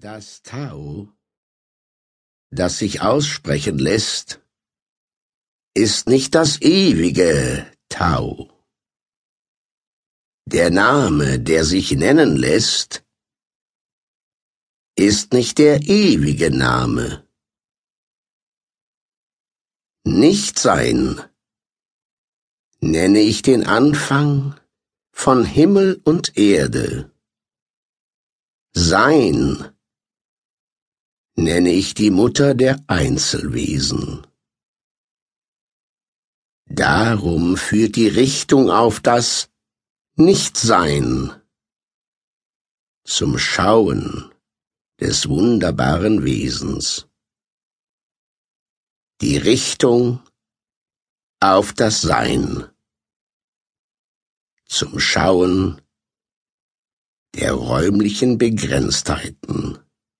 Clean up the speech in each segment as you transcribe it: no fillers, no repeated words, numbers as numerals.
Das Tao, das sich aussprechen lässt, ist nicht das ewige Tao. Der Name, der sich nennen lässt, ist nicht der ewige Name. Nichtsein nenne ich den Anfang von Himmel und Erde. Sein nenne ich die Mutter der Einzelwesen. Darum führt die Richtung auf das Nichtsein zum Schauen des wunderbaren Wesens. Die Richtung auf das Sein zum Schauen der räumlichen Begrenztheiten.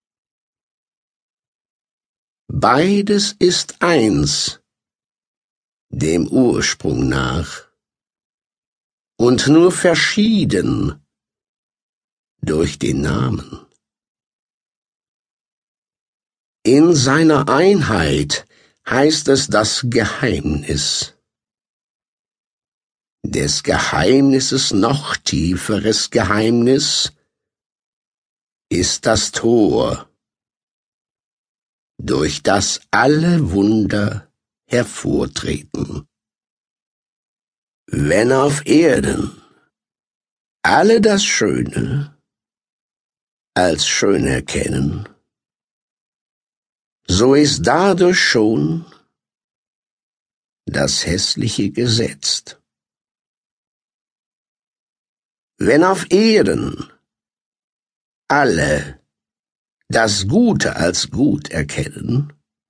Beides ist eins, dem Ursprung nach, und nur verschieden durch den Namen. In seiner Einheit heißt es das Geheimnis. Des Geheimnisses noch tieferes Geheimnis ist das Tor, durch das alle Wunder hervortreten. Wenn auf Erden alle das Schöne als schön erkennen, so ist dadurch schon das Hässliche gesetzt. Wenn auf Erden alle das Gute als gut erkennen,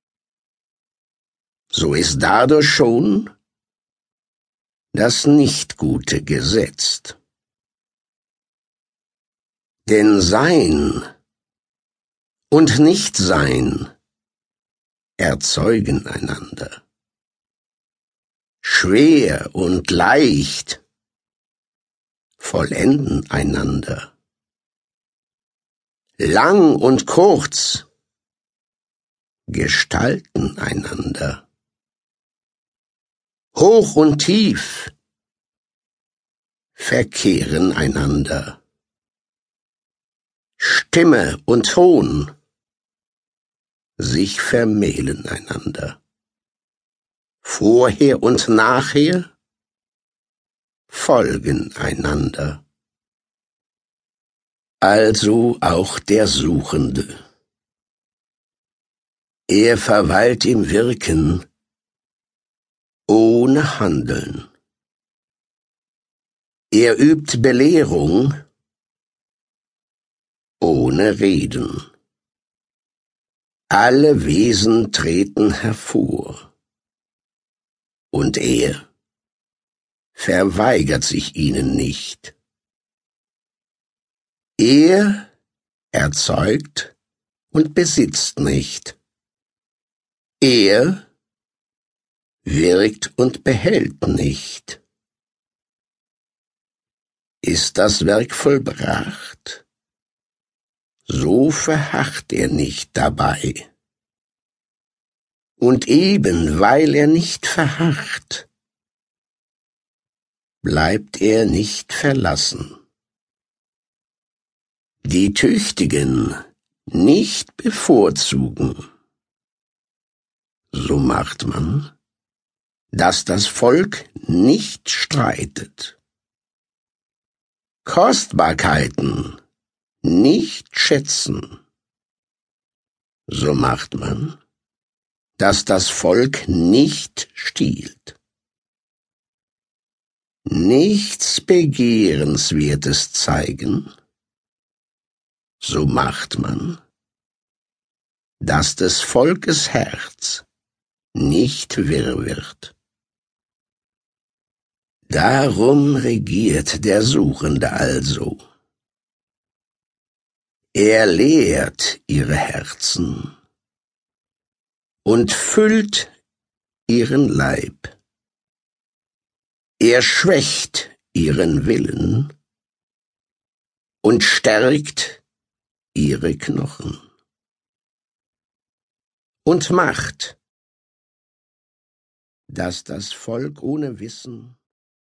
so ist dadurch schon das Nichtgute gesetzt. Denn Sein und Nichtsein erzeugen einander. Schwer und leicht vollenden einander. Lang und kurz gestalten einander. Hoch und tief verkehren einander. Stimme und Ton sich vermählen einander. Vorher und nachher folgen einander. Also auch der Suchende. Er verweilt im Wirken ohne Handeln. Er übt Belehrung ohne Reden. Alle Wesen treten hervor, und er verweigert sich ihnen nicht. Er erzeugt und besitzt nicht. Er wirkt und behält nicht. Ist das Werk vollbracht, so verharrt er nicht dabei. Und eben weil er nicht verharrt, bleibt er nicht verlassen. Die Tüchtigen nicht bevorzugen, so macht man, dass das Volk nicht streitet. Kostbarkeiten nicht schätzen, so macht man, dass das Volk nicht stiehlt. Nichts Begehrenswertes zeigen, so macht man, dass des Volkes Herz nicht wirr wird. Darum regiert der Suchende also. Er lehrt ihre Herzen und füllt ihren Leib. Er schwächt ihren Willen und stärkt ihre Knochen. Und Macht, dass das Volk ohne Wissen